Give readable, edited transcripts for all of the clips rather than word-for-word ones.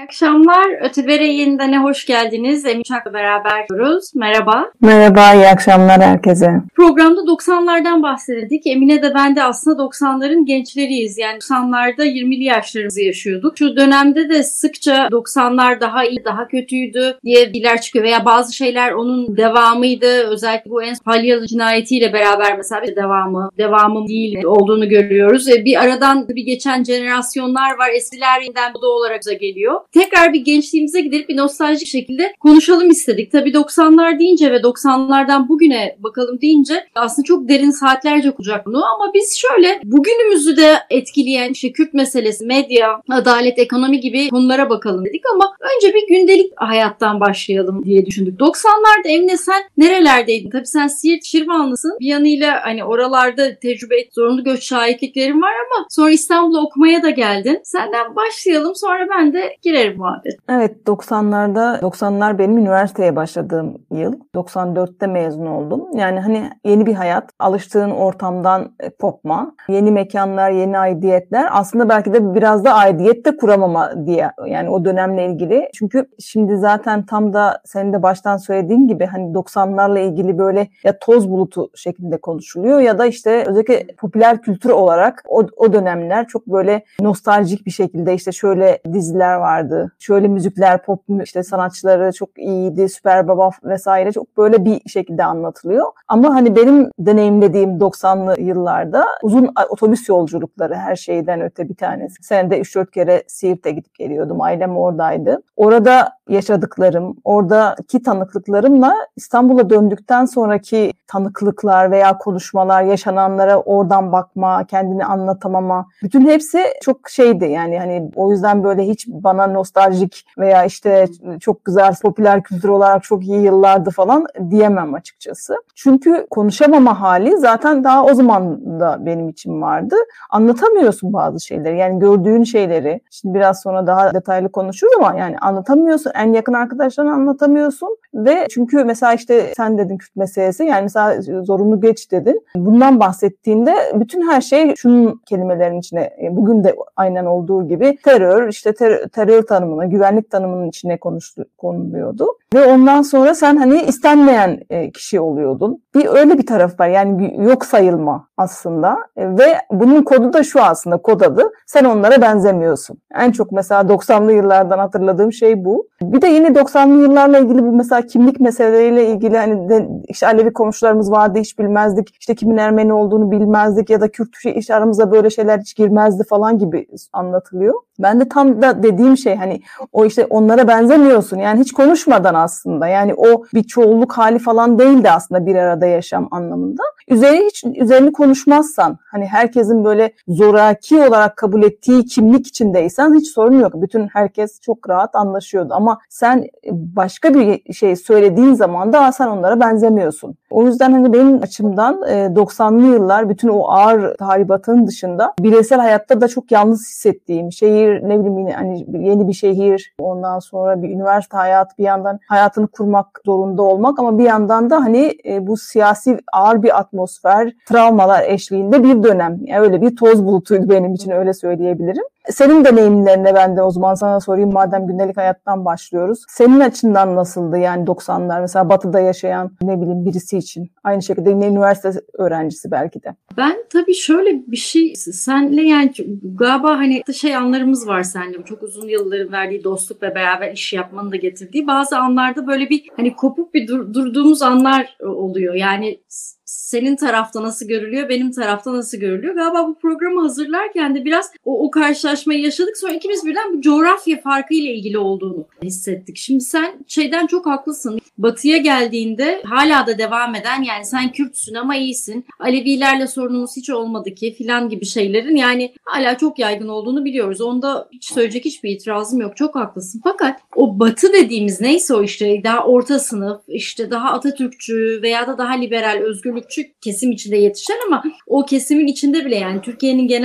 Akşamlar. Ötebere yeniden hoş geldiniz. Emin Çak'la beraber yapıyoruz. Merhaba. Merhaba, iyi akşamlar herkese. Programda 90'lardan bahsettik. Emine de ben de aslında 90'ların gençleriyiz. Yani 90'larda 20'li yaşlarımızı yaşıyorduk. Şu dönemde de sıkça 90'lar daha iyi, daha kötüydü diye bilgiler çıkıyor. Veya bazı şeyler onun devamıydı. Özellikle bu en Palyalı cinayetiyle beraber mesela bir devamı değil olduğunu görüyoruz. Bir aradan bir geçen jenerasyonlar var. Eskiler yeniden moda olarak bize geliyor. Tekrar bir gençliğimize gidip bir nostaljik şekilde konuşalım istedik. Tabii 90'lar deyince ve 90'lardan bugüne bakalım deyince aslında çok derin saatlerce olacak bunu, ama biz şöyle bugünümüzü de etkileyen Kürt meselesi, medya, adalet, ekonomi gibi konulara bakalım dedik, ama önce bir gündelik hayattan başlayalım diye düşündük. 90'larda Emine sen nerelerdeydin? Tabii sen Siirt Şirvanlısın. Bir yanıyla hani oralarda tecrübe et, zorunlu göç şahitliklerin var, ama sonra İstanbul'a okumaya da geldin. Senden başlayalım, sonra ben de girerim muhabbet. Evet, 90'lar benim üniversiteye başladığım yıl. 94'te mezun oldum. Yani hani yeni bir hayat, alıştığın ortamdan kopma, yeni mekanlar, yeni aidiyetler. Aslında belki de biraz da aidiyet de kuramama diye, yani o dönemle ilgili. Çünkü şimdi zaten tam da senin de baştan söylediğin gibi hani 90'larla ilgili böyle ya toz bulutu şeklinde konuşuluyor ya da işte özellikle popüler kültür olarak o dönemler çok böyle nostaljik bir şekilde işte şöyle diziler vardı, şöyle müzikler, pop işte sanatçıları çok iyiydi, Süper Baba vesaire, çok böyle bir şekilde anlatılıyor. Ama hani benim deneyimlediğim 90'lı yıllarda uzun otobüs yolculukları her şeyden öte bir tanesi. Senede 3-4 kere Siirt'e gidip geliyordum. Ailem oradaydı. Orada yaşadıklarım, oradaki tanıklıklarımla İstanbul'a döndükten sonraki tanıklıklar veya konuşmalar, yaşananlara oradan bakma, kendini anlatamama, bütün hepsi çok şeydi. Yani hani o yüzden böyle hiç bana nostaljik veya işte çok güzel popüler kültür olarak çok iyi yıllardı falan diyemem açıkçası. Çünkü konuşamama hali zaten daha o zaman da benim için vardı. Anlatamıyorsun bazı şeyleri. Yani gördüğün şeyleri. Şimdi biraz sonra daha detaylı konuşuruz ama yani anlatamıyorsun. En yakın arkadaşlarına anlatamıyorsun. Ve çünkü mesela işte sen dedin Kürt meselesi, yani mesela zorunlu göç dedin. Bundan bahsettiğinde bütün her şey şunun kelimelerin içine, bugün de aynen olduğu gibi terör, işte terör tanımına, güvenlik tanımının içine konuluyordu. Ve ondan sonra sen hani istenmeyen kişi oluyordun. Öyle bir taraf var, yani yok sayılma aslında. Ve bunun kodu da şu, aslında kod adı: sen onlara benzemiyorsun. En çok mesela 90'lı yıllardan hatırladığım şey bu. Bir de yine 90'lı yıllarla ilgili bu mesela kimlik meseleleriyle ilgili hani işte Alevi komşularımız vardı, hiç bilmezdik. İşte kimin Ermeni olduğunu bilmezdik ya da Kürt, işte aramıza böyle şeyler hiç girmezdi falan gibi anlatılıyor. Ben de tam da dediğim şey hani o işte onlara benzemiyorsun. Yani hiç konuşmadan aslında, yani o bir çoğunluk hali falan değildi aslında bir arada yaşam anlamında. Üzerini konuşmazsan, hani herkesin böyle zoraki olarak kabul ettiği kimlik içindeysen hiç sorun yok. Bütün herkes çok rahat anlaşıyordu. Ama sen başka bir şey söylediğin zaman da sen onlara benzemiyorsun. O yüzden hani benim açımdan 90'lı yıllar bütün o ağır tahribatın dışında bireysel hayatta da çok yalnız hissettiğim, şehir, ne bileyim, yine hani yeni bir şehir, ondan sonra bir üniversite hayatı, bir yandan hayatını kurmak zorunda olmak, ama bir yandan da hani bu siyasi ağır bir atmosfer, travmalar eşliğinde bir dönem. Yani öyle bir toz bulutuydu benim için, öyle söyleyebilirim. Senin deneyimlerine ben de o zaman sana sorayım, madem gündelik hayattan başlıyoruz. Senin açından nasıldı yani 90'lar, mesela Batı'da yaşayan ne bileyim birisi için? Aynı şekilde yine üniversite öğrencisi belki de. Ben tabii şöyle bir şey senle, yani galiba hani anlarımız var seninle, çok uzun yılların verdiği dostluk ve beraber iş yapmanın da getirdiği bazı anlarda böyle bir hani kopup bir durduğumuz anlar oluyor. Yani senin tarafta nasıl görülüyor, benim tarafta nasıl görülüyor. Galiba bu programı hazırlarken de biraz o karşılaşmayı yaşadık. Sonra ikimiz birden bu coğrafya farkı ile ilgili olduğunu hissettik. Şimdi sen çok haklısın. Batı'ya geldiğinde hala da devam eden, yani sen Kürtsün ama iyisin, Alevilerle sorunumuz hiç olmadı ki filan gibi şeylerin yani hala çok yaygın olduğunu biliyoruz. Onda hiç söyleyecek hiçbir itirazım yok. Çok haklısın. Fakat o Batı dediğimiz neyse, o işte daha orta sınıf, işte daha Atatürkçü veya da daha liberal, özgürlükçü kesim içinde yetişen, ama o kesimin içinde bile yani Türkiye'nin genel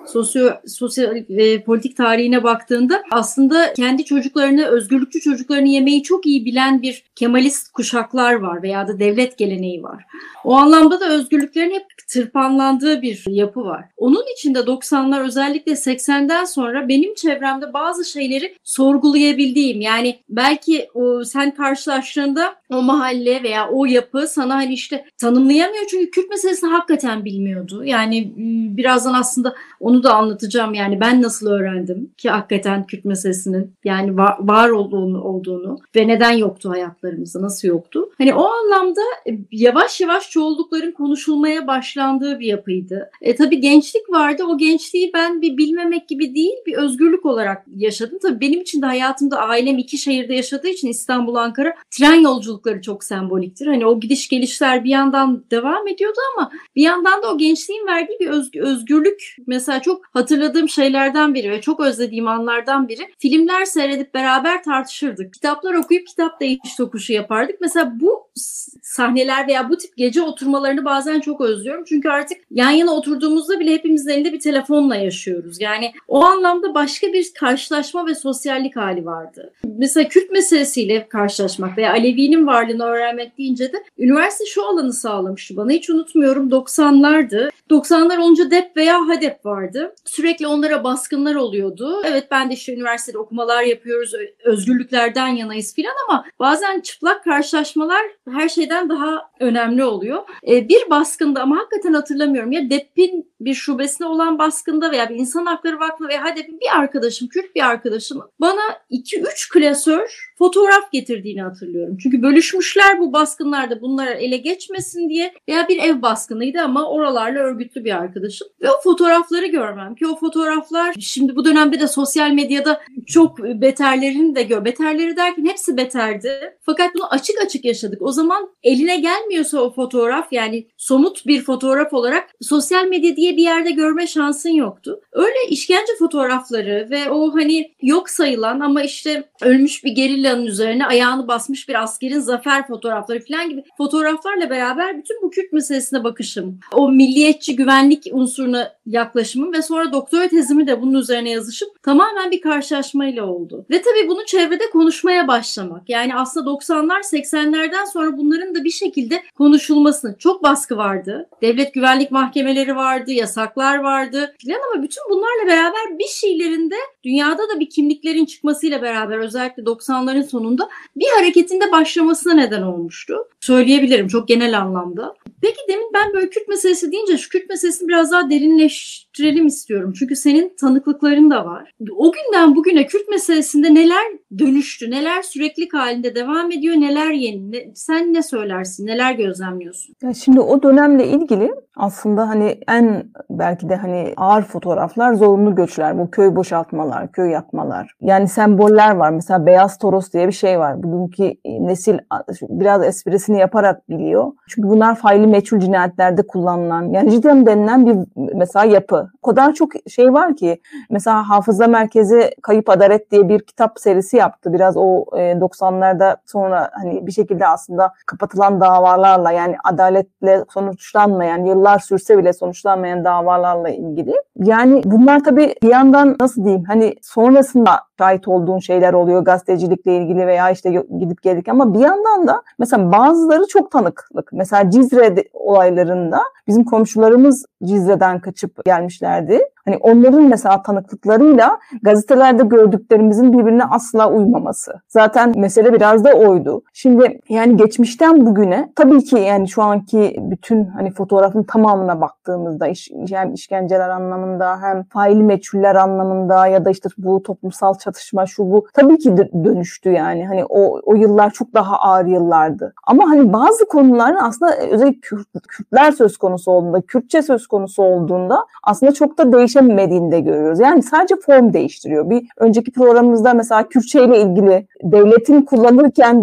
sosyal politik tarihine baktığında aslında kendi çocuklarını, özgürlükçü çocuklarını yemeyi çok iyi bilen bir Kemalist kuşaklar var veya da devlet geleneği var. O anlamda da özgürlüklerin hep tırpanlandığı bir yapı var. Onun için de 90'lar özellikle 80'den sonra benim çevremde bazı şeyleri sorgulayabildiğim, yani belki sen karşılaştığında o mahalle veya o yapı sana hani işte tanımlayamıyor çünkü Kürt meselesini hakikaten bilmiyordu. Yani birazdan aslında onu da anlatacağım. Yani ben nasıl öğrendim ki hakikaten Kürt meselesinin yani var olduğunu ve neden yoktu hayatlarımızda, nasıl yoktu. Hani o anlamda yavaş yavaş çoğullukların konuşulmaya başlandığı bir yapıydı. Tabii gençlik vardı. O gençliği ben bir bilmemek gibi değil, bir özgürlük olarak yaşadım. Tabii benim için de hayatımda ailem 2 şehirde yaşadığı için İstanbul, Ankara, tren yolculukları çok semboliktir. Hani o gidiş gelişler bir yandan devam ediyordu ama bir yandan da o gençliğin verdiği bir özgürlük. Mesela çok hatırladığım şeylerden biri ve çok özlediğim anlardan biri. Filmler seyredip beraber tartışırdık. Kitaplar okuyup kitap değiş tokuşu yapardık. Mesela bu sahneler veya bu tip gece oturmalarını bazen çok özlüyorum. Çünkü artık yan yana oturduğumuzda bile hepimizin elinde bir telefonla yaşıyoruz. Yani o anlamda başka bir karşılaşma ve sosyallik hali vardı. Mesela Kürt meselesiyle karşılaşmak veya Alevi'nin varlığını öğrenmek deyince de üniversite şu alanı sağlamıştı bana. Hiç unutmuyorum, 90'lardı. 90'lar olunca DEP veya HADEP vardı. Sürekli onlara baskınlar oluyordu. Evet, ben de işte üniversitede okumalar yapıyoruz, özgürlüklerden yanayız filan ama bazen çıplak karşılaşmalar her şeyden daha önemli oluyor. Bir baskında ama hakikaten hatırlamıyorum ya DEP'in bir şubesine olan baskında veya bir İnsan Hakları Vakfı veya HADEP'in bir arkadaşım, Kürt bir arkadaşım bana 2-3 klasör fotoğraf getirdiğini hatırlıyorum. Çünkü bölüşmüşler bu baskınlarda bunlara ele geçmesin diye veya bir ev baskınıydı ama oralarla örgütlü bir arkadaşım. Ve o fotoğrafları görmem ki o fotoğraflar şimdi bu dönemde de sosyal medyada çok beterlerini de beterleri derken hepsi beterdi. Fakat bunu açık açık yaşadık. O zaman eline gelmiyorsa o fotoğraf yani somut bir fotoğraf olarak sosyal medya diye bir yerde görme şansın yoktu. Öyle işkence fotoğrafları ve o hani yok sayılan ama işte ölmüş bir gerillanın üzerine ayağını basmış bir askerin zafer fotoğrafları falan gibi fotoğraflarla beraber bütün bu Kürt meselesine bakışım, o milliyetçi güvenlik unsuruna yaklaşımım ve sonra doktora tezimi de bunun üzerine yazışım tamamen bir karşılaşmayla oldu. Ve tabii bunu çevrede konuşmaya başlamak. Yani aslında 90'lar 80'lerden sonra bunların da bir şekilde konuşulmasını, çok baskı vardı. Devlet güvenlik mahkemeleri vardı, yasaklar vardı filan ama bütün bunlarla beraber bir şeylerinde dünyada da bir kimliklerin çıkmasıyla beraber özellikle 90'ların sonunda bir hareketinde başlamasına neden olmuştu. Söyleyebilirim çok genel anlamda. Peki demin ben böyle Kürt meselesi deyince şu Kürt meselesini biraz daha derinleştirelim istiyorum. Çünkü senin tanıklıkların da var. O günden bugüne Kürt meselesinde neler dönüştü, neler süreklilik halinde devam ediyor, neler yeni? Sen ne söylersin, neler gözlemliyorsun? Ya şimdi o dönemle ilgili aslında hani en belki de hani ağır fotoğraflar zorunlu göçler, bu köy boşaltmalar, köy yakmalar. Yani semboller var. Mesela beyaz toros diye bir şey var. Bugünkü nesil biraz esprisini yaparak biliyor. Çünkü bunlar faili meçhul cinayetlerde kullanılan, yani cidden denilen bir mesela yapı. O kadar çok şey var ki mesela Hafıza Merkezi Kayıp Adalet diye bir kitap serisi yaptı. Biraz o 90'larda sonra hani bir şekilde aslında kapatılan davalarla yani adaletle sonuçlanmayan, yıllar sürse bile sonuçlanmayan davalarla ilgili. Yani bunlar tabii bir yandan nasıl diyeyim hani sonrasında şahit olduğun şeyler oluyor gazetecilikle ilgili veya işte gidip geldik ama bir yandan da mesela bazıları çok tanıklık. Mesela Cizre olaylarında bizim komşularımız Cizre'den kaçıp gelmişlerdi. Hani onların mesela tanıklıklarıyla gazetelerde gördüklerimizin birbirine asla uymaması. Zaten mesele biraz da oydu. Şimdi yani geçmişten bugüne tabii ki yani şu anki bütün hani fotoğrafın tamamına baktığımızda hem işkenceler anlamında hem faili meçhuller anlamında ya da işte bu toplumsal çatışma şu bu tabii ki dönüştü yani. Hani o yıllar çok daha ağır yıllardı. Ama hani bazı konuların aslında özellikle Kürtler söz konusu olduğunda, Kürtçe söz konusu olduğunda aslında çok da değişemediğini de görüyoruz. Yani sadece form değiştiriyor. Bir önceki programımızda mesela Kürtçe ile ilgili devletin kullanırken devlet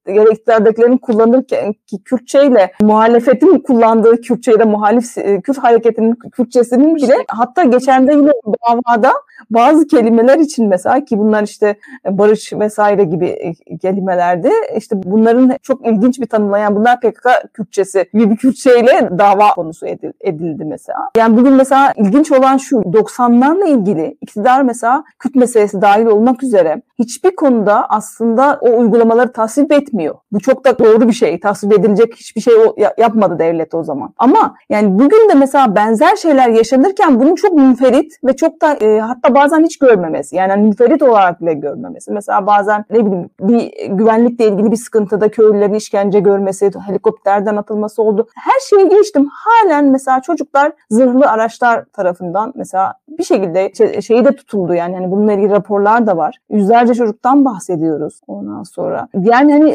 ya da iktidardakilerin kullanırken ki Kürtçeyle muhalefetin kullandığı Kürtçeyle muhalif Kürt hareketinin Kürtçesinin bile hatta geçen de yine davada bazı kelimeler için mesela ki bunlar işte barış vesaire gibi kelimelerdi. İşte bunların çok ilginç bir tanımlayan bunlar PKK Kürtçesi gibi bir Kürtçeyle dava konusu edildi mesela. Yani bugün mesela ilginç olan şu 90'larla ilgili iktidar mesela Kürt meselesi dahil olmak üzere hiçbir konuda aslında o uygulamaları tasvip etmiyor. Bu çok da doğru bir şey. Tasvip edilecek hiçbir şey yapmadı devlet o zaman. Ama yani bugün de mesela benzer şeyler yaşanırken bunun çok münferit ve çok da hatta bazen hiç görmemesi. Yani münferit olarak bile görmemesi. Mesela bazen ne bileyim bir güvenlikle ilgili bir sıkıntıda köylülerin işkence görmesi, helikopterden atılması oldu. Her şeyi geçtim. Halen mesela çocuklar zırhlı araçlar tarafından mesela bir şekilde şeyi de tutuldu yani. Hani bununla ilgili raporlar da var. Yüzlerce çocuktan bahsediyoruz ondan sonra. Yani hani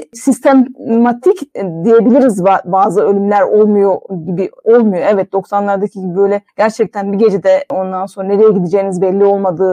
sistematik diyebiliriz bazı ölümler olmuyor gibi olmuyor. Evet 90'lardaki gibi böyle gerçekten bir gecede ondan sonra nereye gideceğiniz belli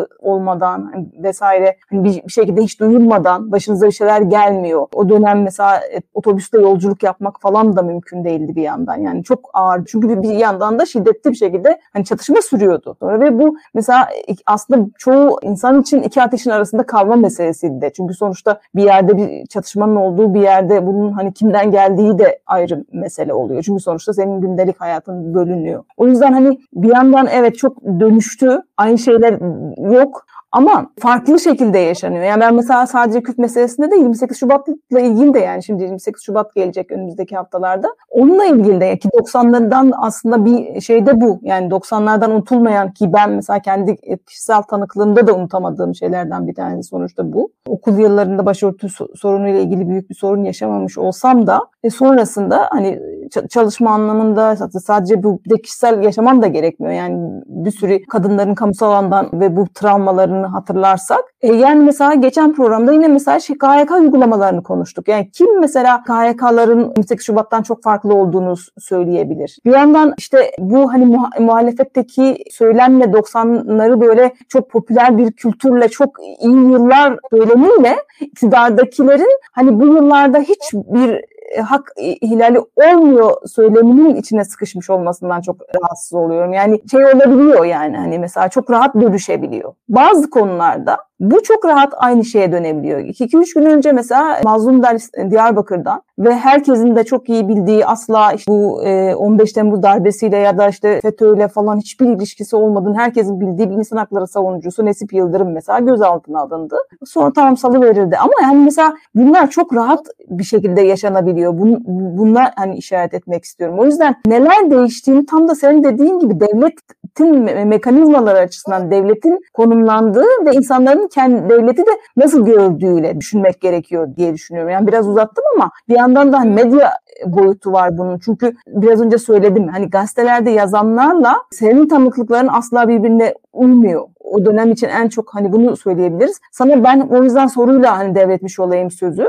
olmadan vesaire hani bir şekilde hiç duyulmadan başınıza bir şeyler gelmiyor. O dönem mesela otobüste yolculuk yapmak falan da mümkün değildi bir yandan. Yani çok ağır. Çünkü bir yandan da şiddetli bir şekilde hani çatışma sürüyordu. Sonra ve bu mesela aslında çoğu insan için iki ateşin arasında kalma meselesiydi de. Çünkü sonuçta bir yerde bir çatışmanın olduğu bir yerde bunun hani kimden geldiği de ayrı mesele oluyor. Çünkü sonuçta senin gündelik hayatın bölünüyor. O yüzden hani bir yandan evet çok dönüştü. Aynı şeyler yok. Ama farklı şekilde yaşanıyor. Yani ben mesela sadece Kürt meselesinde de 28 Şubat'la ilgili de yani şimdi 28 Şubat gelecek önümüzdeki haftalarda. Onunla ilgili de ki 90'lardan aslında bir şey de bu. Yani 90'lardan unutulmayan ki ben mesela kendi kişisel tanıklığımda da unutamadığım şeylerden bir tanesi sonuçta bu. Okul yıllarında başörtü sorunuyla ilgili büyük bir sorun yaşamamış olsam da sonrasında hani çalışma anlamında sadece bu bir de kişisel yaşamam da gerekmiyor. Yani bir sürü kadınların kamusal alandan ve bu travmalarını hatırlarsak. Yani mesela geçen programda yine mesela KHK uygulamalarını konuştuk. Yani kim mesela KHK'ların 28 Şubat'tan çok farklı olduğunu söyleyebilir. Bir yandan işte bu hani muhalefetteki söylemle 90'ları böyle çok popüler bir kültürle çok iyi yıllar söylemiyle iktidardakilerin hani bu yıllarda hiçbir hak ihlali olmuyor söyleminin içine sıkışmış olmasından çok rahatsız oluyorum. Yani şey olabiliyor yani hani mesela çok rahat bölüşebiliyor. Bazı konularda bu çok rahat aynı şeye dönebiliyor. 2-3 gün önce mesela Mazlum Diyarbakır'dan ve herkesin de çok iyi bildiği asla işte bu 15 Temmuz darbesiyle ya da işte FETÖ'yle falan hiçbir ilişkisi olmadığını herkesin bildiği bir insan hakları savunucusu Nesip Yıldırım mesela gözaltına alındı. Sonra tamam salıverildi ama yani mesela bunlar çok rahat bir şekilde yaşanabiliyor. Bunlar hani işaret etmek istiyorum. O yüzden neler değiştiğini tam da senin dediğin gibi devletin mekanizmaları açısından devletin konumlandığı ve insanların kendi devleti de nasıl gördüğüyle düşünmek gerekiyor diye düşünüyorum. Yani biraz uzattım ama bir yandan da medya boyutu var bunun. Çünkü biraz önce söyledim hani gazetelerde yazanlarla senin tanıklıkların asla birbirine uymuyor. O dönem için en çok hani bunu söyleyebiliriz. Sana ben o yüzden soruyla hani devretmiş olayım sözü.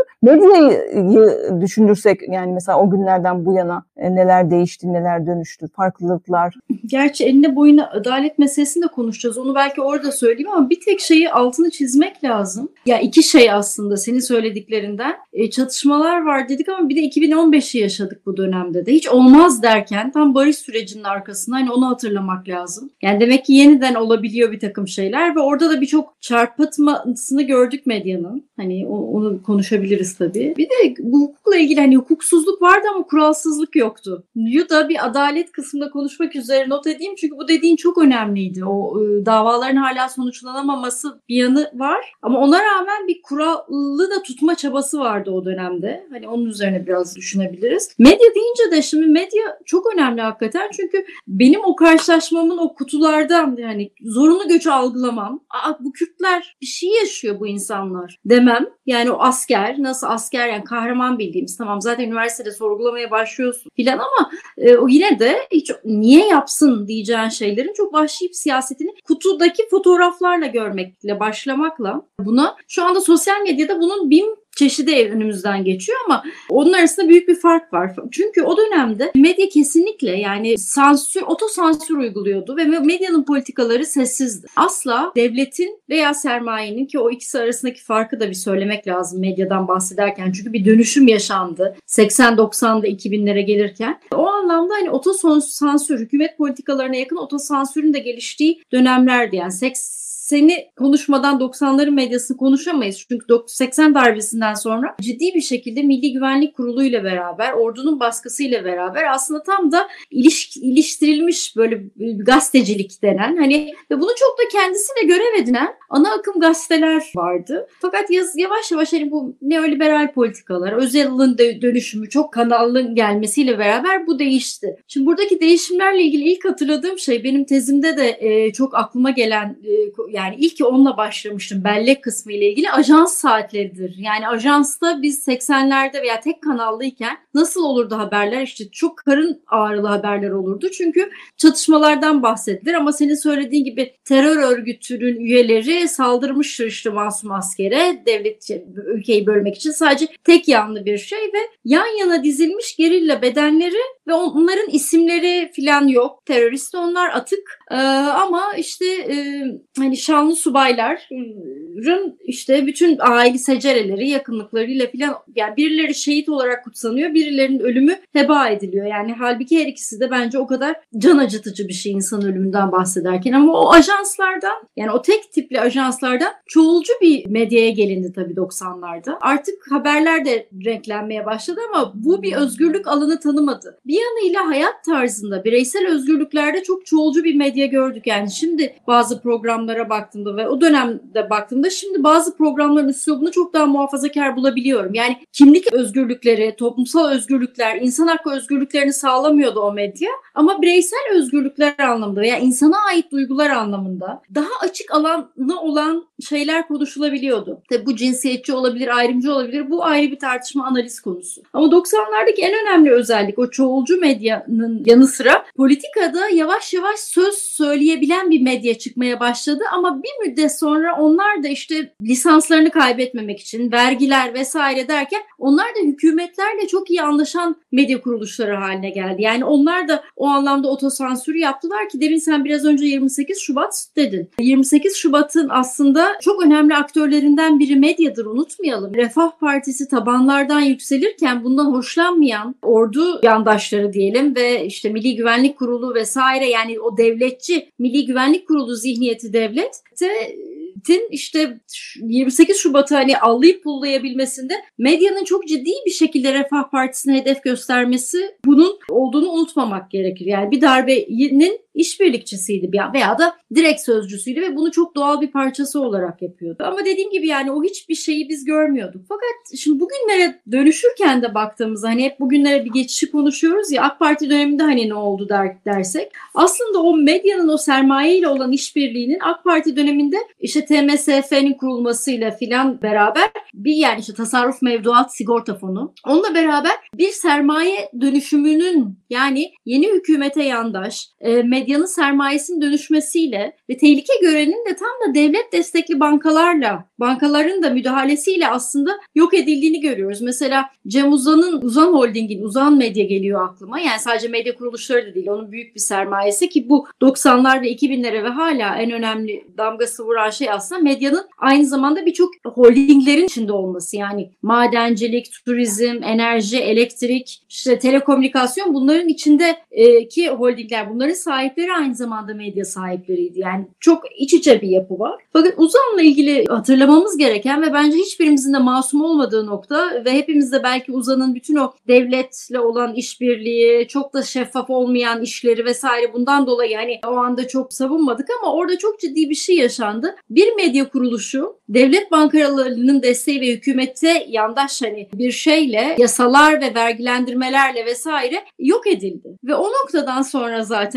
Medyayı düşünürsek yani mesela o günlerden bu yana neler değişti, neler dönüştü, farklılıklar. Gerçi eline boyuna adalet meselesini de konuşacağız. Onu belki orada söyleyeyim ama bir tek şeyi altını çizmek lazım. Ya iki şey aslında senin söylediklerinden. Çatışmalar var dedik ama bir de 2015'i yaşadık bu dönemde de. Hiç olmaz derken tam barış sürecinin arkasında hani onu hatırlamak lazım. Yani demek ki yeniden olabiliyor bir takım şeyler ve orada da birçok çarpıtmasını gördük medyanın. Hani onu konuşabiliriz tabii. Bir de bu hukukla ilgili hani hukuksuzluk vardı ama kuralsızlık yoktu. Yu da bir adalet kısmında konuşmak üzere not edeyim çünkü bu dediğin çok önemliydi. O davaların hala sonuçlanamaması bir yanı var ama ona rağmen bir kuralı da tutma çabası vardı o dönemde. Hani onun üzerine biraz düşünebiliriz. Medya deyince de şimdi medya çok önemli hakikaten çünkü benim o karşılaşmamın o kutulardan yani zorunlu göçü algılamam. Bu Kürtler bir şey yaşıyor bu insanlar demem. Yani o asker nasıl asker yani kahraman bildiğimiz tamam zaten üniversitede sorgulamaya başlıyorsun filan ama o yine de hiç niye yapsın diyeceğin şeylerin çok vahşi bir siyasetini kutudaki fotoğraflarla görmekle başlamakla buna şu anda sosyal medyada bunun bin çeşidi önümüzden geçiyor ama onun arasında büyük bir fark var. Çünkü o dönemde medya kesinlikle yani otosansür uyguluyordu ve medyanın politikaları sessizdi. Asla devletin veya sermayenin, ki o ikisi arasındaki farkı da bir söylemek lazım medyadan bahsederken. Çünkü bir dönüşüm yaşandı 80-90'da 2000'lere gelirken. O anlamda hani otosansür, hükümet politikalarına yakın otosansürün de geliştiği dönemlerdi. Yani seni konuşmadan 90'ların medyasını konuşamayız. Çünkü 80 darbesinden sonra ciddi bir şekilde Milli Güvenlik Kurulu ile beraber, ordunun baskısıyla beraber aslında tam da iliştirilmiş böyle gazetecilik denen hani ve bunu çok da kendisine görev edinen ana akım gazeteler vardı. Fakat yavaş yavaş hani bu neoliberal politikalar, Özal'ın dönüşümü, çok kanallı gelmesiyle beraber bu değişti. Şimdi buradaki değişimlerle ilgili ilk hatırladığım şey benim tezimde de çok aklıma gelen yani ilk onunla başlamıştım bellek kısmı ile ilgili ajans saatleridir. Yani ajansta biz 80'lerde veya tek kanallıyken nasıl olurdu haberler? İşte çok karın ağrılı haberler olurdu. Çünkü çatışmalardan bahsedilir ama senin söylediğin gibi terör örgütünün üyeleri saldırmıştır işte masum askere, ülkeyi bölmek için sadece tek yanlı bir şey ve yan yana dizilmiş gerilla bedenleri ve onların isimleri falan yok. Terörist onlar, atık ama işte hani şanlı subayların işte bütün aile secereleri, yakınlıklarıyla falan yani birileri şehit olarak kutsanıyor, birilerinin ölümü heba ediliyor. Yani halbuki her ikisi de bence o kadar can acıtıcı bir şey insan ölümünden bahsederken ama o ajanslardan yani o tek tipli ajanslardan çoğulcu bir medyaya gelindi tabii 90'larda. Artık haberler de renklenmeye başladı ama bu bir özgürlük alanı tanımadı. Bir yanıyla hayat tarzında bireysel özgürlüklerde çok çoğulcu bir medya gördük. Yani şimdi bazı programlara baktığımda ve o dönemde baktığımda şimdi bazı programların üslubunu çok daha muhafazakar bulabiliyorum. Yani kimlik özgürlükleri, toplumsal özgürlükler, insan hakkı özgürlüklerini sağlamıyordu o medya ama bireysel özgürlükler anlamında veya insana ait duygular anlamında daha açık alanı olan şeyler konuşulabiliyordu. Tabii bu cinsiyetçi olabilir, ayrımcı olabilir. Bu ayrı bir tartışma, analiz konusu. Ama 90'lardaki en önemli özellik o çoğulcu medyanın yanı sıra politikada yavaş yavaş söz söyleyebilen bir medya çıkmaya başladı ama bir müddet sonra onlar da işte lisanslarını kaybetmemek için vergiler vesaire derken onlar da hükümetlerle çok iyi anlaşan medya kuruluşları haline geldi. Yani onlar da o anlamda otosansürü yaptılar ki demin sen biraz önce 28 Şubat dedin. 28 Şubat'ın aslında çok önemli aktörlerinden biri medyadır, unutmayalım. Refah Partisi tabanlardan yükselirken bundan hoşlanmayan ordu yandaşları diyelim ve işte Milli Güvenlik Kurulu vesaire yani o devletçi Milli Güvenlik Kurulu zihniyeti devletin işte 28 Şubat'ı hani allayıp pullayabilmesinde medyanın çok ciddi bir şekilde Refah Partisi'ne hedef göstermesi bunun olduğunu unutmamak gerekir. Yani bir darbenin işbirlikçisiydi veya da direkt sözcüsüydü ve bunu çok doğal bir parçası olarak yapıyordu. Ama dediğim gibi yani o hiçbir şeyi biz görmüyorduk. Fakat şimdi bugünlere dönüşürken de baktığımızda hani hep bugünlere bir geçişi konuşuyoruz ya, AK Parti döneminde hani ne oldu dersek aslında o medyanın o sermayeyle olan işbirliğinin AK Parti döneminde işte TMSF'nin kurulmasıyla filan beraber bir yani işte tasarruf mevduat sigorta fonu onunla beraber bir sermaye dönüşümünün yani yeni hükümete yandaş medyanın sermayesinin dönüşmesiyle ve tehlike görenin de tam da devlet destekli bankaların da müdahalesiyle aslında yok edildiğini görüyoruz. Mesela Cem Uzan Holding'in Uzan Medya geliyor aklıma. Yani sadece medya kuruluşları da değil, onun büyük bir sermayesi ki bu 90'lar ve 2000'lere ve hala en önemli damgası vuran şey aslında medyanın aynı zamanda birçok holdinglerin içinde olması. Yani madencilik, turizm, enerji, elektrik, işte telekomünikasyon bunların içindeki holdingler, bunların sahipleri aynı zamanda medya sahipleriydi. Yani çok iç içe bir yapı var. Fakat Uzan'la ilgili hatırlamamız gereken ve bence hiçbirimizin de masum olmadığı nokta ve hepimiz de belki Uzan'ın bütün o devletle olan işbirliği, çok da şeffaf olmayan işleri vesaire bundan dolayı hani o anda çok savunmadık ama orada çok ciddi bir şey yaşandı. Bir medya kuruluşu devlet bankalarının desteği ve hükümete yandaş hani bir şeyle, yasalar ve vergilendirmelerle vesaire yok edildi. Ve o noktadan sonra zaten belki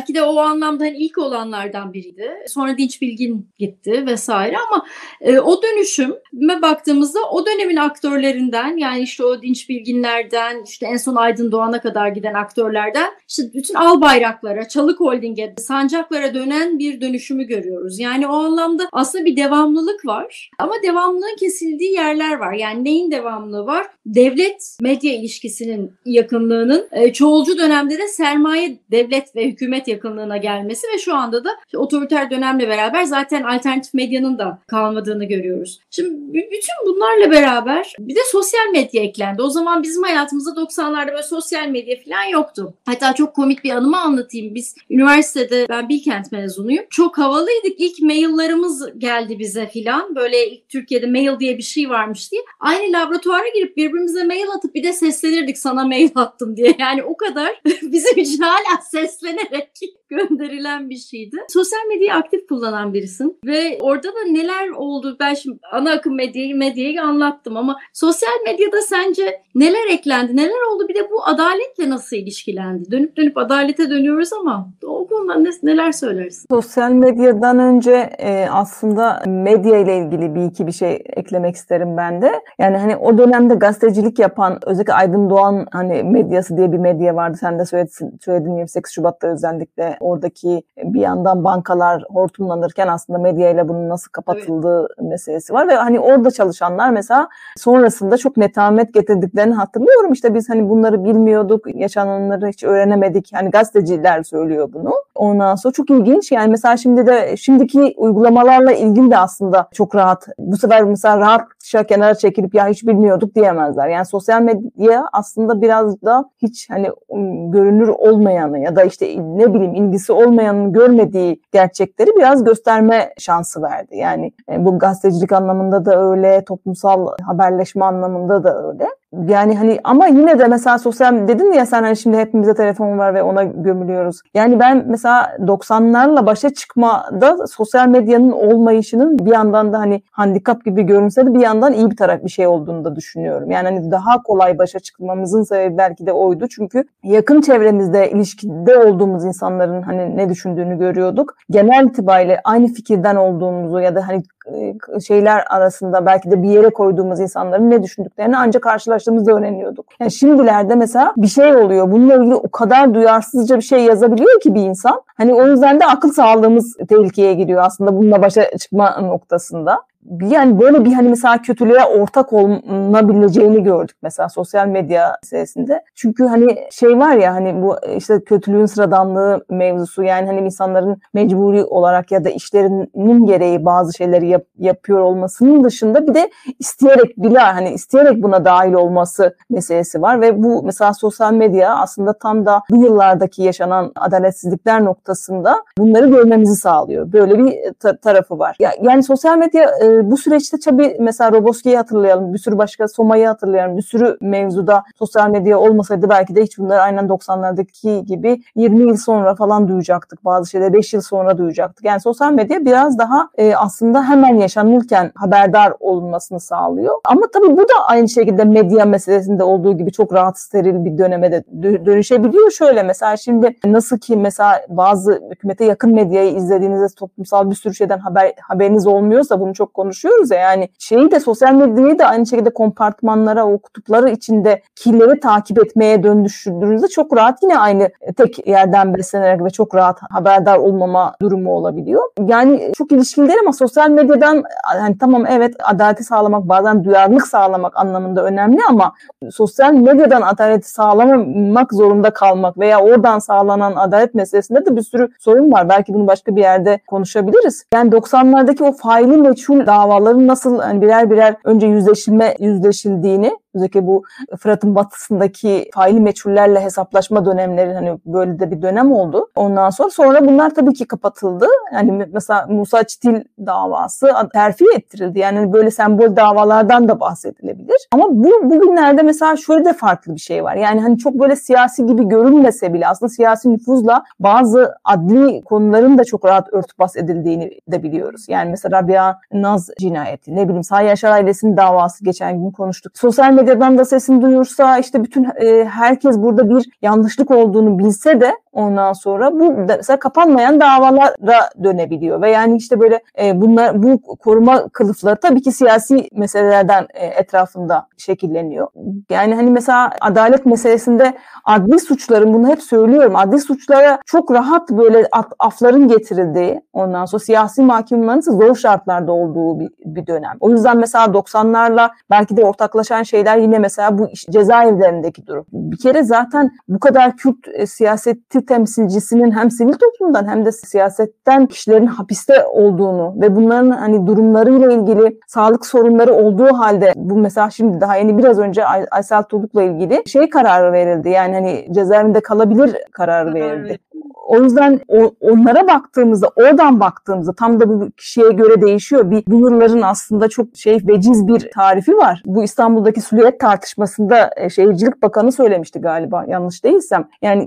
Belki de o anlamda hani ilk olanlardan biriydi. Sonra Dinç Bilgin gitti vesaire ama o dönüşüme baktığımızda o dönemin aktörlerinden, yani işte o Dinç Bilginlerden, işte en son Aydın Doğan'a kadar giden aktörlerden işte bütün Albayraklara, Çalık Holding'e, Sancaklar'a dönen bir dönüşümü görüyoruz. Yani o anlamda aslında bir devamlılık var ama devamlılığın kesildiği yerler var. Yani neyin devamlılığı var? Devlet medya ilişkisinin yakınlığının çoğulcu dönemde de sermaye, devlet ve hükümet yakınlığına gelmesi ve şu anda da işte otoriter dönemle beraber zaten alternatif medyanın da kalmadığını görüyoruz. Şimdi bütün bunlarla beraber bir de sosyal medya eklendi. O zaman bizim hayatımızda 90'larda böyle sosyal medya falan yoktu. Hatta çok komik bir anımı anlatayım. Biz üniversitede, ben Bilkent mezunuyum. Çok havalıydık. İlk maillerimiz geldi bize falan. Böyle Türkiye'de mail diye bir şey varmış diye. Aynı laboratuvara girip birbirimize mail atıp bir de seslenirdik, sana mail attım diye. Yani o kadar bizim için hala seslenerek gönderilen bir şeydi. Sosyal medyayı aktif kullanan birisin ve orada da neler oldu? Ben şimdi ana akım medyayı anlattım ama sosyal medyada sence neler eklendi, neler oldu? Bir de bu adaletle nasıl ilişkilendi? Dönüp dönüp adalete dönüyoruz ama o konuda neler söylersin? Sosyal medyadan önce aslında medya ile ilgili bir şey eklemek isterim ben de. Yani hani o dönemde gazetecilik yapan, özellikle Aydın Doğan hani medyası diye bir medya vardı. Sen de söyledin 28 Şubat'ta özellikle oradaki bir yandan bankalar hortumlanırken aslında medyayla bunun nasıl kapatıldığı meselesi var ve hani orada çalışanlar mesela sonrasında çok netamet getirdiklerini hatırlıyorum. İşte biz hani bunları bilmiyorduk, yaşananları hiç öğrenemedik. Hani gazeteciler söylüyor bunu. Ondan sonra çok ilginç. Yani mesela şimdiki uygulamalarla ilgili de aslında çok rahat. Bu sefer mesela rahatça kenara çekilip ya hiç bilmiyorduk diyemezler. Yani sosyal medya aslında biraz da hiç hani görünür olmayanı ya da işte ne bileyim ilgisi olmayanın görmediği gerçekleri biraz gösterme şansı verdi. Yani bu gazetecilik anlamında da öyle, toplumsal haberleşme anlamında da öyle. Yani hani ama yine de mesela sosyal dedin ya sen hani şimdi hepimize telefon var ve ona gömülüyoruz. Yani ben mesela 90'larla başa çıkmada sosyal medyanın olmayışının bir yandan da hani handikap gibi görünse de bir yandan iyi bir şey olduğunu da düşünüyorum. Yani hani daha kolay başa çıkmamızın sebebi belki de oydu. Çünkü yakın çevremizde ilişkide olduğumuz insanların hani ne düşündüğünü görüyorduk. Genel itibariyle aynı fikirden olduğumuzu ya da hani şeyler arasında belki de bir yere koyduğumuz insanların ne düşündüklerini ancak karşılaştığımızda öğreniyorduk. Yani şimdilerde mesela bir şey oluyor. Bununla ilgili o kadar duyarsızca bir şey yazabiliyor ki bir insan. Hani o yüzden de akıl sağlığımız tehlikeye giriyor aslında bununla başa çıkma noktasında. Yani böyle bir hani mesela kötülüğe ortak olunabileceğini gördük mesela sosyal medya meselesinde. Çünkü hani şey var ya hani bu işte kötülüğün sıradanlığı mevzusu, yani hani insanların mecburi olarak ya da işlerinin gereği bazı şeyleri yapıyor olmasının dışında bir de isteyerek buna dahil olması meselesi var ve bu mesela sosyal medya aslında tam da bu yıllardaki yaşanan adaletsizlikler noktasında bunları görmemizi sağlıyor. Böyle bir tarafı var. Yani sosyal medya bu süreçte tabii mesela Roboski'yi hatırlayalım, bir sürü başka Soma'yı hatırlayalım, bir sürü mevzuda sosyal medya olmasaydı belki de hiç bunları aynen 90'lardaki gibi 20 yıl sonra falan duyacaktık. Bazı şeyleri 5 yıl sonra duyacaktık. Yani sosyal medya biraz daha aslında hemen yaşanırken haberdar olunmasını sağlıyor. Ama tabii bu da aynı şekilde medya meselesinde olduğu gibi çok rahat steril bir döneme de dönüşebiliyor. Şöyle mesela şimdi nasıl ki mesela bazı hükümete yakın medyayı izlediğinizde toplumsal bir sürü şeyden haberiniz olmuyorsa bunu çok konuşuyoruz ya, yani şeyi de sosyal medyayı da aynı şekilde kompartmanlara, o kutupları içindekileri takip etmeye dönüştürdüğünüzde çok rahat yine aynı tek yerden beslenerek ve çok rahat haberdar olmama durumu olabiliyor. Yani çok ilişkili değil ama sosyal medyadan hani tamam evet adaleti sağlamak, bazen duyarlılık sağlamak anlamında önemli ama sosyal medyadan adaleti sağlamak zorunda kalmak veya oradan sağlanan adalet meselesinde de bir sürü sorun var. Belki bunu başka bir yerde konuşabiliriz. Yani 90'lardaki o faili meçhul davaların nasıl hani birer önce yüzleşildiğini, özellikle bu Fırat'ın batısındaki faili meçhullerle hesaplaşma dönemleri, hani böyle de bir dönem oldu. Ondan sonra bunlar tabii ki kapatıldı. Yani mesela Musa Çitil davası terfi ettirildi. Yani böyle sembol davalardan da bahsedilebilir. Ama bugünlerde mesela şöyle de farklı bir şey var. Yani hani çok böyle siyasi gibi görünmese bile aslında siyasi nüfuzla bazı adli konuların da çok rahat örtbas edildiğini de biliyoruz. Yani mesela Rabia Naz cinayeti, ne bileyim Sahi Yaşar ailesinin davası geçen gün konuştuk. Sosyal medyadan da sesini duyursa işte bütün herkes burada bir yanlışlık olduğunu bilse de Ondan sonra bu mesela kapanmayan davalara dönebiliyor ve yani işte böyle bu koruma kılıfları tabii ki siyasi meselelerden etrafında şekilleniyor. Yani hani mesela adalet meselesinde adli suçların, bunu hep söylüyorum, adli suçlara çok rahat böyle afların getirildiği, ondan sonra siyasi mahkumların zor şartlarda olduğu bir dönem. O yüzden mesela 90'larla belki de ortaklaşan şeyler yine mesela bu cezaevlerindeki durum. Bir kere zaten bu kadar Kürt siyaseti temsilcisinin hem sivil toplumdan hem de siyasetten kişilerin hapiste olduğunu ve bunların hani durumlarıyla ilgili sağlık sorunları olduğu halde, bu mesela şimdi daha yeni biraz önce Aysel Tuğluk'la ilgili kararı verildi. Yani hani cezaevinde kalabilir kararı verildi. O yüzden onlara baktığımızda, oradan baktığımızda tam da bu kişiye göre değişiyor. Bu yılların aslında çok veciz bir tarifi var. Bu İstanbul'daki Süliyet tartışmasında Şehircilik Bakanı söylemişti galiba, yanlış değilsem. Yani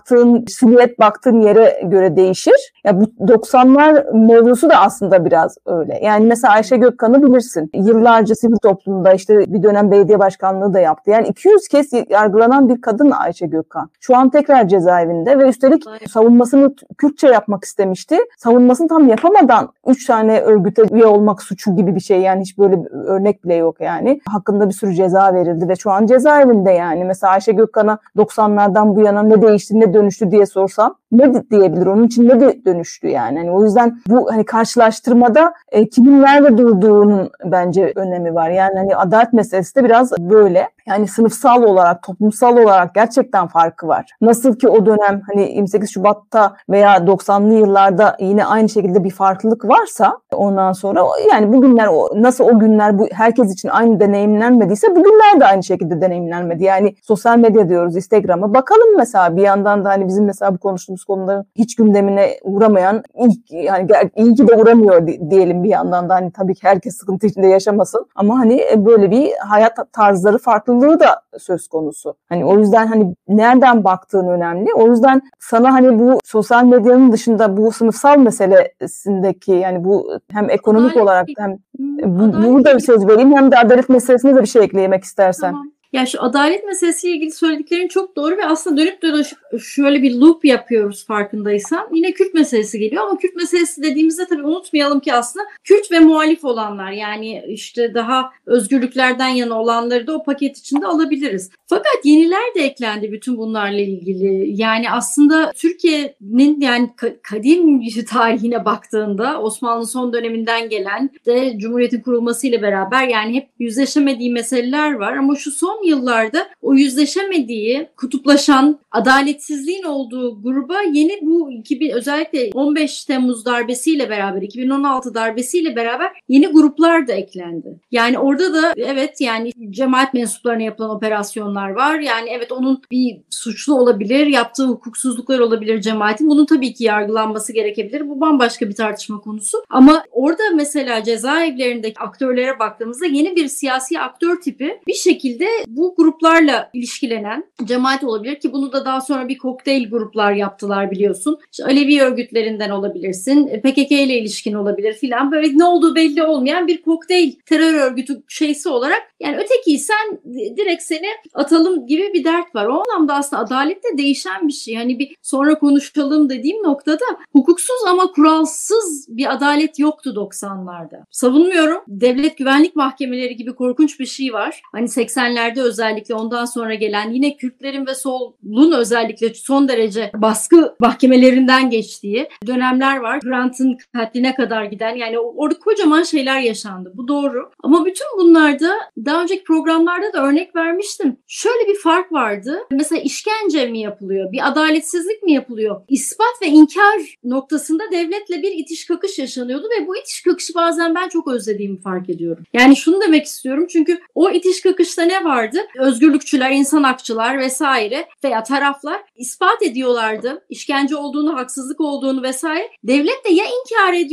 Süliyet baktığın yere göre değişir. Ya bu 90'lar mevzusu da aslında biraz öyle. Yani mesela Ayşe Gökkan'ı bilirsin. Yıllarca sivil toplumda bir dönem belediye başkanlığı da yaptı. Yani 200 kez yargılanan bir kadın Ayşe Gökkan. Şu an tekrar cezaevinde ve üstelik savunmasını Kürtçe yapmak istemişti. Savunmasını tam yapamadan 3 tane örgüte üye olmak suçu gibi bir şey. Yani hiç böyle bir örnek bile yok yani. Hakkında bir sürü ceza verildi ve şu an cezaevinde yani. Mesela Ayşe Gökkan'a 90'lardan bu yana ne değişti, ne dönüştü diye sorsam ne diyebilir? Onun için ne dönüştü yani? Yani o yüzden bu karşılaştırmada kimin nerede durduğunun bence önemi var. Yani hani adalet meselesi de biraz böyle. Yani sınıfsal olarak, toplumsal olarak gerçekten farkı var. Nasıl ki o dönem hani 28 Şubat'ta veya 90'lı yıllarda yine aynı şekilde bir farklılık varsa, ondan sonra yani bugünler nasıl o günler bu herkes için aynı deneyimlenmediyse bugünler de aynı şekilde deneyimlenmedi. Yani sosyal medya diyoruz, Instagram'a bakalım mesela, bir yandan da hani bizim mesela bu konuştuğumuz konuların hiç gündemine uğramayan, iyi ki de uğramıyor diyelim bir yandan da, hani tabii ki herkes sıkıntı içinde yaşamasın ama hani böyle bir hayat tarzları farklılığı da söz konusu. Hani o yüzden hani nereden baktığın önemli. O yüzden sana hani bu sosyal medyanın dışında bu sınıfsal meselesindeki, yani bu hem ekonomik olarak hem burada bir söz vereyim, hem de adalet meselesine de bir şey eklemek istersen. Tamam. Ya şu adalet meselesiyle ilgili söylediklerin çok doğru ve aslında dönüp dolaşıp şöyle bir loop yapıyoruz farkındaysan. Yine Kürt meselesi geliyor ama Kürt meselesi dediğimizde tabii unutmayalım ki aslında Kürt ve muhalif olanlar, yani işte daha özgürlüklerden yana olanları da o paket içinde alabiliriz. Fakat yeniler de eklendi bütün bunlarla ilgili. Yani aslında Türkiye'nin yani kadim tarihine baktığında Osmanlı son döneminden gelen de Cumhuriyet'in kurulmasıyla beraber yani hep yüzleşemediği meseleler var ama şu son yıllarda o yüzleşemediği, kutuplaşan, adaletsizliğin olduğu gruba yeni bu özellikle 15 Temmuz darbesiyle beraber, 2016 darbesiyle beraber yeni gruplar da eklendi. Yani orada da evet, yani cemaat mensuplarına yapılan operasyonlar var. Yani evet, onun bir suçlu olabilir, yaptığı hukuksuzluklar olabilir cemaatin. Bunun tabii ki yargılanması gerekebilir. Bu bambaşka bir tartışma konusu. Ama orada mesela cezaevlerindeki aktörlere baktığımızda yeni bir siyasi aktör tipi bir şekilde bu gruplarla ilişkilenen cemaat olabilir ki bunu da daha sonra bir kokteyl gruplar yaptılar biliyorsun. İşte Alevi örgütlerinden olabilirsin, PKK ile ilişkin olabilir filan, böyle ne olduğu belli olmayan bir kokteyl terör örgütü şeysi olarak, yani ötekiysen direkt seni atalım gibi bir dert var. O anlamda aslında adalette değişen bir şey. Hani bir sonra konuşalım dediğim noktada hukuksuz ama kuralsız bir adalet yoktu 90'larda. Savunmuyorum. Devlet güvenlik mahkemeleri gibi korkunç bir şey var. Hani 80'lerde özellikle, ondan sonra gelen yine Kürtlerin ve solun özellikle son derece baskı mahkemelerinden geçtiği dönemler var. Grant'ın katline kadar giden, yani orada kocaman şeyler yaşandı. Bu doğru. Ama bütün bunlarda daha önceki programlarda da örnek vermiştim. Şöyle bir fark vardı. Mesela işkence mi yapılıyor? Bir adaletsizlik mi yapılıyor? İspat ve inkar noktasında devletle bir itiş kakış yaşanıyordu ve bu itiş kakışı bazen ben çok özlediğimi fark ediyorum. Yani şunu demek istiyorum, çünkü o itiş kakışta ne vardı? Özgürlükçüler, insan hakçılar vesaire veya taraflar ispat ediyorlardı. İşkence olduğunu, haksızlık olduğunu vesaire. Devlet de ya inkar ediyordu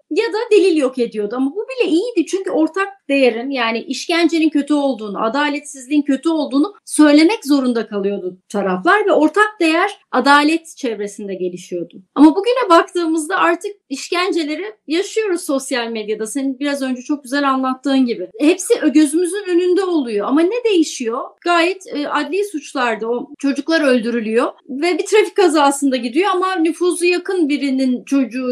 ya da delil yok ediyordu. Ama bu bile iyiydi çünkü ortak değerin, yani işkencenin kötü olduğunu, adaletsizliğin kötü olduğunu söylemek zorunda kalıyordu taraflar ve ortak değer adalet çevresinde gelişiyordu. Ama bugüne baktığımızda artık işkenceleri yaşıyoruz sosyal medyada. Senin biraz önce çok güzel anlattığın gibi. Hepsi gözümüzün önünde oluyor ama ne değişiyor? Gayet adli suçlarda o çocuklar öldürülüyor ve bir trafik kazasında gidiyor ama nüfuzu yakın birinin çocuğu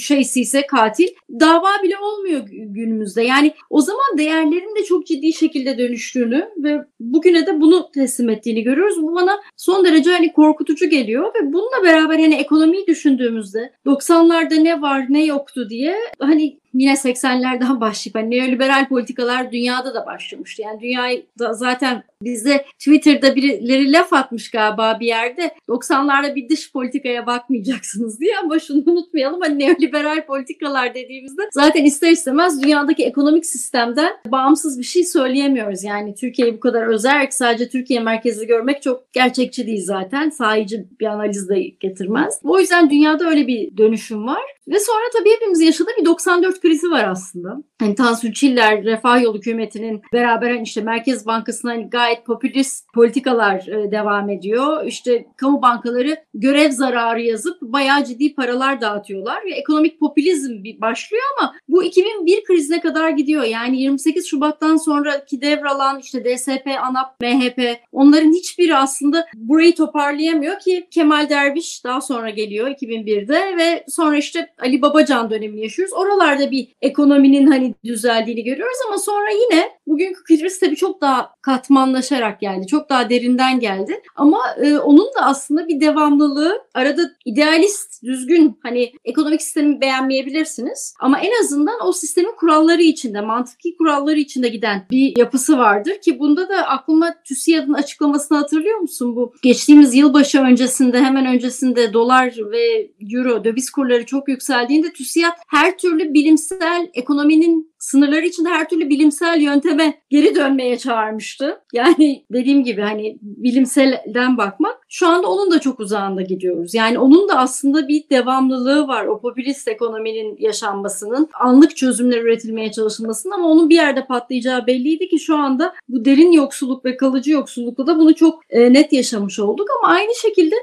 ise katil, dava bile olmuyor günümüzde. Yani o zaman değerlerin de çok ciddi şekilde dönüştüğünü ve bugüne de bunu teslim ettiğini görüyoruz. Bu bana son derece korkutucu geliyor ve bununla beraber ekonomiyi düşündüğümüzde 90'larda ne var ne yoktu diye yine 80'lerden başlayıp neoliberal politikalar dünyada da başlamıştı. Yani dünyayı da zaten bizde Twitter'da birileri laf atmış galiba bir yerde. 90'larda bir dış politikaya bakmayacaksınız diye, ama şunu unutmayalım, neoliberal politikalar dediğimizde zaten ister istemez dünyadaki ekonomik sistemden bağımsız bir şey söyleyemiyoruz. Yani Türkiye'yi bu kadar özerek sadece Türkiye merkezli görmek çok gerçekçi değil zaten. Sahici bir analiz de getirmez. O yüzden dünyada öyle bir dönüşüm var. Ve sonra tabii hepimiz yaşadığı bir 94 krizi var aslında. Tansu Çiller, Refah Yolu hükümetinin beraber Merkez Bankası'na gayet popülist politikalar devam ediyor. Kamu bankaları görev zararı yazıp bayağı ciddi paralar dağıtıyorlar ve ekonomik popülizm başlıyor ama bu 2001 krizine kadar gidiyor. Yani 28 Şubat'tan sonraki devralan DSP, ANAP, MHP, onların hiçbiri aslında burayı toparlayamıyor ki Kemal Derviş daha sonra geliyor 2001'de ve sonra Ali Babacan dönemini yaşıyoruz. Oralarda bir ekonominin düzeldiğini görüyoruz ama sonra yine bugünkü kriz tabii çok daha katmanlaşarak geldi. Çok daha derinden geldi. Ama onun da aslında bir devamlılığı, arada idealist, düzgün ekonomik sistemi beğenmeyebilirsiniz ama en azından o sistemin kuralları içinde, mantıki kuralları içinde giden bir yapısı vardır ki bunda da aklıma TÜSİAD'ın açıklamasını hatırlıyor musun? Bu geçtiğimiz yılbaşı öncesinde, hemen öncesinde dolar ve euro döviz kurları çok yükseldiğinde TÜSİAD her türlü bilimsel, ekonominin sınırları içinde her türlü bilimsel yönteme geri dönmeye çağırmıştı. Yani dediğim gibi bilimselden bakmak. Şu anda onun da çok uzağında gidiyoruz. Yani onun da aslında bir devamlılığı var. O popülist ekonominin yaşanmasının, anlık çözümler üretilmeye çalışılmasının, ama onun bir yerde patlayacağı belliydi ki şu anda bu derin yoksulluk ve kalıcı yoksullukla da bunu çok net yaşamış olduk. Ama aynı şekilde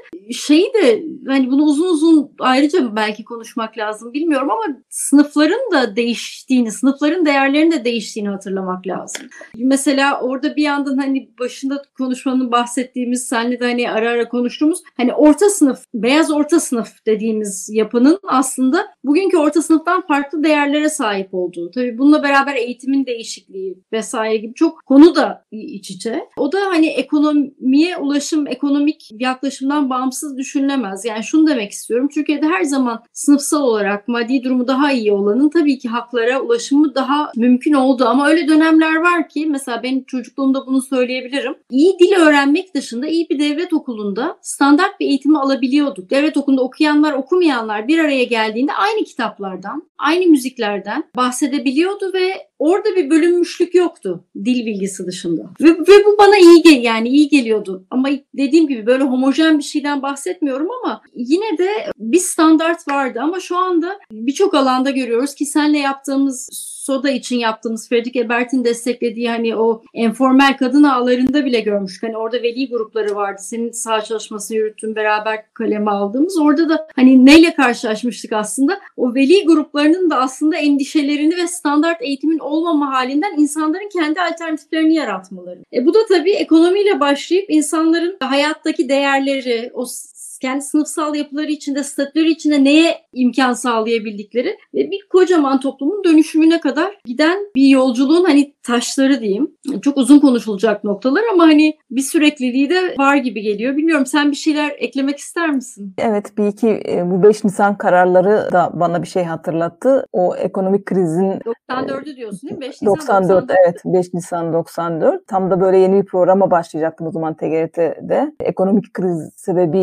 bunu uzun uzun ayrıca belki konuşmak lazım bilmiyorum ama sınıfların da değiştiğini, sınıfların değerlerinin de değiştiğini hatırlamak lazım. Mesela orada bir yandan başında konuşmanın bahsettiğimiz, seninle de ara ara konuştuğumuz orta sınıf, beyaz orta sınıf dediğimiz yapının aslında bugünkü orta sınıftan farklı değerlere sahip olduğu. Tabii bununla beraber eğitimin değişikliği vesaire gibi çok konu da iç içe. O da ekonomiye ulaşım, ekonomik yaklaşımdan bağımsız düşünülemez. Yani şunu demek istiyorum. Türkiye'de her zaman sınıfsal olarak maddi durumu daha iyi olanın tabii ki haklara ulaşımı daha mümkün oldu. Ama öyle dönemler var ki, mesela benim çocukluğumda bunu söyleyebilirim. İyi dil öğrenmek dışında iyi bir devlet okulunda standart bir eğitimi alabiliyorduk. Devlet okulunda okuyanlar, okumayanlar bir araya geldiğinde aynı kitaplardan, aynı müziklerden bahsedebiliyordu ve orada bir bölünmüşlük yoktu dil bilgisi dışında. Ve bu bana iyi geliyordu. Ama dediğim gibi böyle homojen bir şeyden bahsetmiyorum ama yine de bir standart vardı. Ama şu anda birçok alanda görüyoruz ki senle yaptığımız, Soda için yaptığımız, Fredrik Ebert'in desteklediği o informal kadın ağlarında bile görmüştük. Orada veli grupları vardı. Senin saha çalışmasını yürüttüğün, beraber kaleme aldığımız. Orada da neyle karşılaşmıştık aslında? O veli gruplarının da aslında endişelerini ve standart eğitimin olmama halinden insanların kendi alternatiflerini yaratmaları. Bu da tabii ekonomiyle başlayıp insanların hayattaki değerleri, o kendi sınıfsal yapıları içinde, statüleri içinde neye imkan sağlayabildikleri ve bir kocaman toplumun dönüşümüne kadar giden bir yolculuğun taşları diyeyim. Çok uzun konuşulacak noktalar ama bir sürekliliği de var gibi geliyor. Bilmiyorum, sen bir şeyler eklemek ister misin? Evet, bir iki bu 5 Nisan kararları da bana bir şey hatırlattı. O ekonomik krizin 94'ü diyorsun değil mi? 5 Nisan 94. Evet, 5 Nisan 94. Tam da böyle yeni bir programa başlayacaktım o zaman TGRT'de. Ekonomik kriz sebebiyle bütün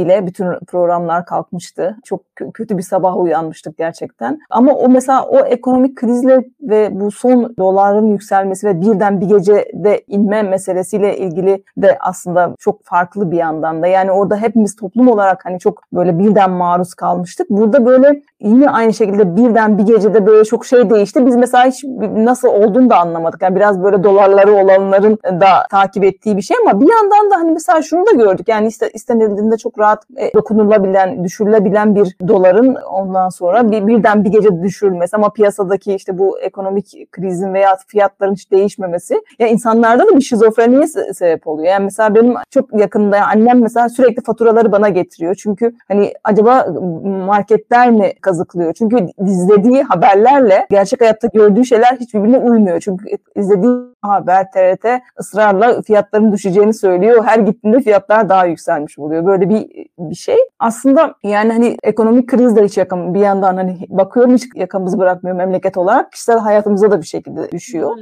bütün programlar kalkmıştı. Çok kötü bir sabah uyanmıştık gerçekten. Ama o mesela o ekonomik krizle ve bu son doların yükselmesi ve birden bir gecede inme meselesiyle ilgili de aslında çok farklı bir yandan da. Yani orada hepimiz toplum olarak hani çok böyle birden maruz kalmıştık. Burada böyle yine aynı şekilde birden bir gecede böyle çok şey değişti. Biz mesela hiç nasıl olduğunu da anlamadık. Yani biraz böyle dolarları olanların da takip ettiği bir şey ama bir yandan da hani mesela şunu da gördük. Yani istenildiğinde çok rahat dokunulabilen, düşürülebilen bir doların ondan sonra birden bir gecede düşürülmesi ama piyasadaki işte bu ekonomik krizin veya fiyatların hiç değişmemesi ya insanlarda da bir şizofreniye sebep oluyor. Yani mesela benim çok yakında annem mesela sürekli faturaları bana getiriyor. Çünkü hani acaba marketler mi kazıklıyor? Çünkü izlediği haberlerle gerçek hayatta gördüğü şeyler hiçbirbirine uymuyor. Çünkü izlediği haber TRT ısrarla fiyatların düşeceğini söylüyor. Her gittiğinde fiyatlar daha yükselmiş oluyor. Böyle bir şey. Aslında yani hani ekonomik kriz de hiç bir yandan hani bakıyorum hiç yakamızı bırakmıyor memleket olarak. Kişisel hayatımıza da bir şekilde düşüyor.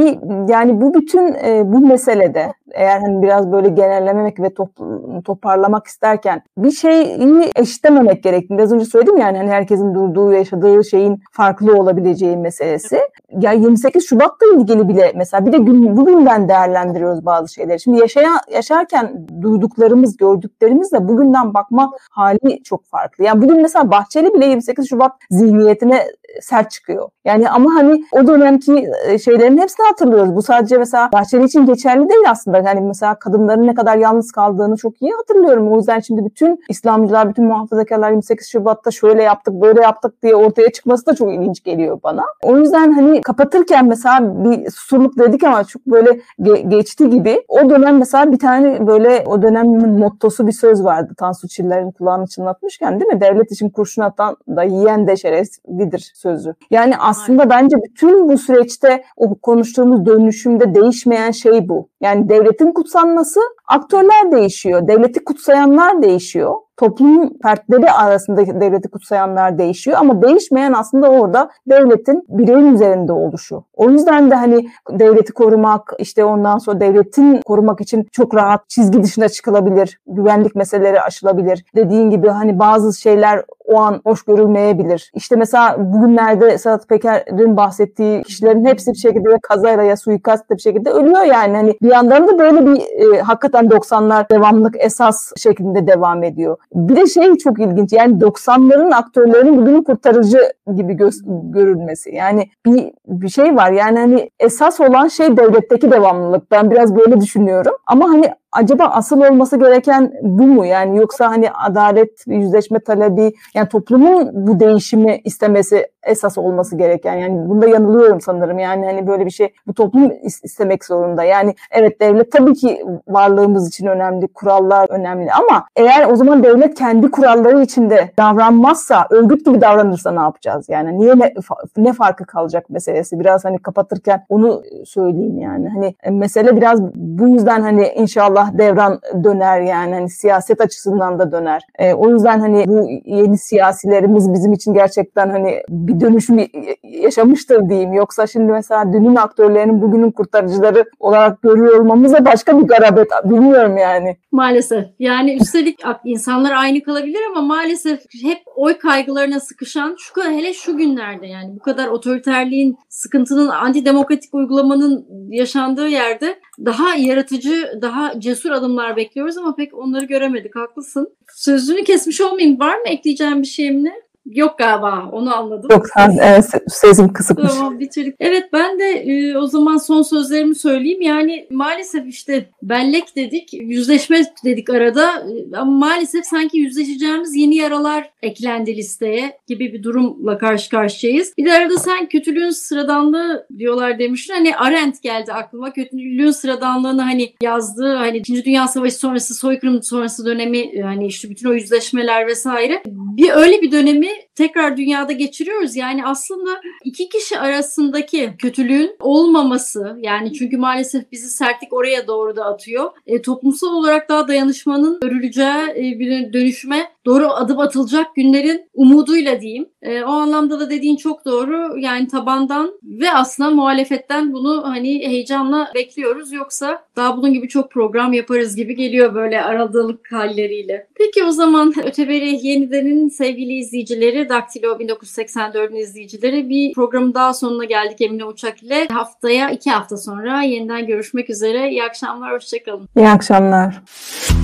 Yani bu bütün bu meselede eğer hani biraz böyle genellememek ve toparlamak isterken bir şeyi eşitlememek gerektiğini biraz önce söyledim yani hani herkesin durduğu yaşadığı şeyin farklı olabileceği meselesi. Ya 28 Şubat'la ilgili bile mesela bir de bugünden değerlendiriyoruz bazı şeyleri. Şimdi yaşarken duyduklarımız, gördüklerimizle bugünden bakma hali çok farklı. Yani bugün mesela Bahçeli bile 28 Şubat zihniyetine sert çıkıyor. Yani ama hani o dönemki şeylerin hepsini hatırlıyoruz. Bu sadece mesela Bahçeli için geçerli değil aslında. Yani mesela kadınların ne kadar yalnız kaldığını çok iyi hatırlıyorum. O yüzden şimdi bütün İslamcılar, bütün muhafazakarlar 28 Şubat'ta şöyle yaptık, böyle yaptık diye ortaya çıkması da çok ilginç geliyor bana. O yüzden hani kapatırken mesela bir susurluk dedik ama çok böyle geçti gibi. O dönem mesela bir tane böyle o dönemin mottosu bir söz vardı. Tansu Çiller'in kulağını çınlatmışken değil mi? Devlet için kurşun atan da yiyen de şereflidir sözü. Yani aslında bence bütün bu süreçte o konuştuğumuz dönüşümde değişmeyen şey bu. Yani devletin kutsanması, aktörler değişiyor. Devleti kutsayanlar değişiyor. Toplumun fertleri arasındaki devleti kutsayanlar değişiyor ama değişmeyen aslında orada devletin bireyin üzerinde oluşu. O yüzden de hani devleti korumak, işte ondan sonra devletin korumak için çok rahat çizgi dışına çıkılabilir, güvenlik meseleleri aşılabilir. Dediğin gibi hani bazı şeyler o an hoş görülmeyebilir. İşte mesela bugünlerde Sedat Peker'in bahsettiği kişilerin hepsi bir şekilde kazayla ya suikastla bir şekilde ölüyor yani. Hani bir yandan da böyle bir hakikaten 90'lar devamlılık esas şeklinde devam ediyor. Bir de şey çok ilginç yani 90'ların aktörlerinin bugünün kurtarıcı gibi görülmesi. Yani bir şey var yani hani esas olan şey devletteki devamlılık. Ben biraz böyle düşünüyorum. Ama hani acaba asıl olması gereken bu mu? Yani yoksa hani adalet, yüzleşme talebi, yani toplumun bu değişimi istemesi esas olması gereken. Yani bunda yanılıyorum sanırım. Yani hani böyle bir şey bu toplum istemek zorunda. Yani evet devlet tabii ki varlığımız için önemli, kurallar önemli ama eğer o zaman devlet kendi kuralları içinde davranmazsa, örgüt gibi davranırsa ne yapacağız? Yani niye ne farkı kalacak meselesi? Biraz hani kapatırken onu söyleyeyim yani. Hani mesele biraz bu yüzden hani inşallah devran döner yani hani siyaset açısından da döner. O yüzden hani bu yeni siyasilerimiz bizim için gerçekten hani bir dönüşüm yaşamıştır diyeyim. Yoksa şimdi mesela dünün aktörlerinin bugünün kurtarıcıları olarak görüyor olmamız da başka bir garabet. Bilmiyorum yani. Maalesef. Yani üstelik insanlar aynı kalabilir ama maalesef hep oy kaygılarına sıkışan hele şu günlerde yani bu kadar otoriterliğin, sıkıntının, antidemokratik uygulamanın yaşandığı yerde daha yaratıcı, daha cesur adımlar bekliyoruz ama pek onları göremedik. Haklısın. Sözünü kesmiş olmayayım. Var mı ekleyeceğim bir şeyim ne? Yok galiba. Onu anladım. Yok sesim kısıkmış. Tamam bitirdik. Evet ben de o zaman son sözlerimi söyleyeyim. Yani maalesef işte bellek dedik, yüzleşme dedik arada ama maalesef sanki yüzleşeceğimiz yeni yaralar eklendi listeye gibi bir durumla karşı karşıyayız. Bir de arada sen kötülüğün sıradanlığı diyorlar demiştin. Hani Arendt geldi aklıma. Kötülüğün sıradanlığını hani yazdığı hani 2. Dünya Savaşı sonrası, soykırım sonrası dönemi hani işte bütün o yüzleşmeler vesaire. Öyle bir dönemi tekrar dünyada geçiriyoruz. Yani aslında iki kişi arasındaki kötülüğün olmaması, yani çünkü maalesef bizi sertlik oraya doğru da atıyor. Toplumsal olarak daha dayanışmanın örüleceği bir dönüşüme doğru adım atılacak günlerin umuduyla diyeyim. O anlamda da dediğin çok doğru. Yani tabandan ve aslında muhalefetten bunu hani heyecanla bekliyoruz. Yoksa daha bunun gibi çok program yaparız gibi geliyor böyle aralık halleriyle. Peki o zaman Öteberi Yeniden'in sevgili izleyicileri, Daktilo 1984'ün izleyicileri, bir programın daha sonuna geldik Emine Uçak ile. Haftaya 2 hafta sonra yeniden görüşmek üzere. İyi akşamlar, hoşçakalın. İyi akşamlar.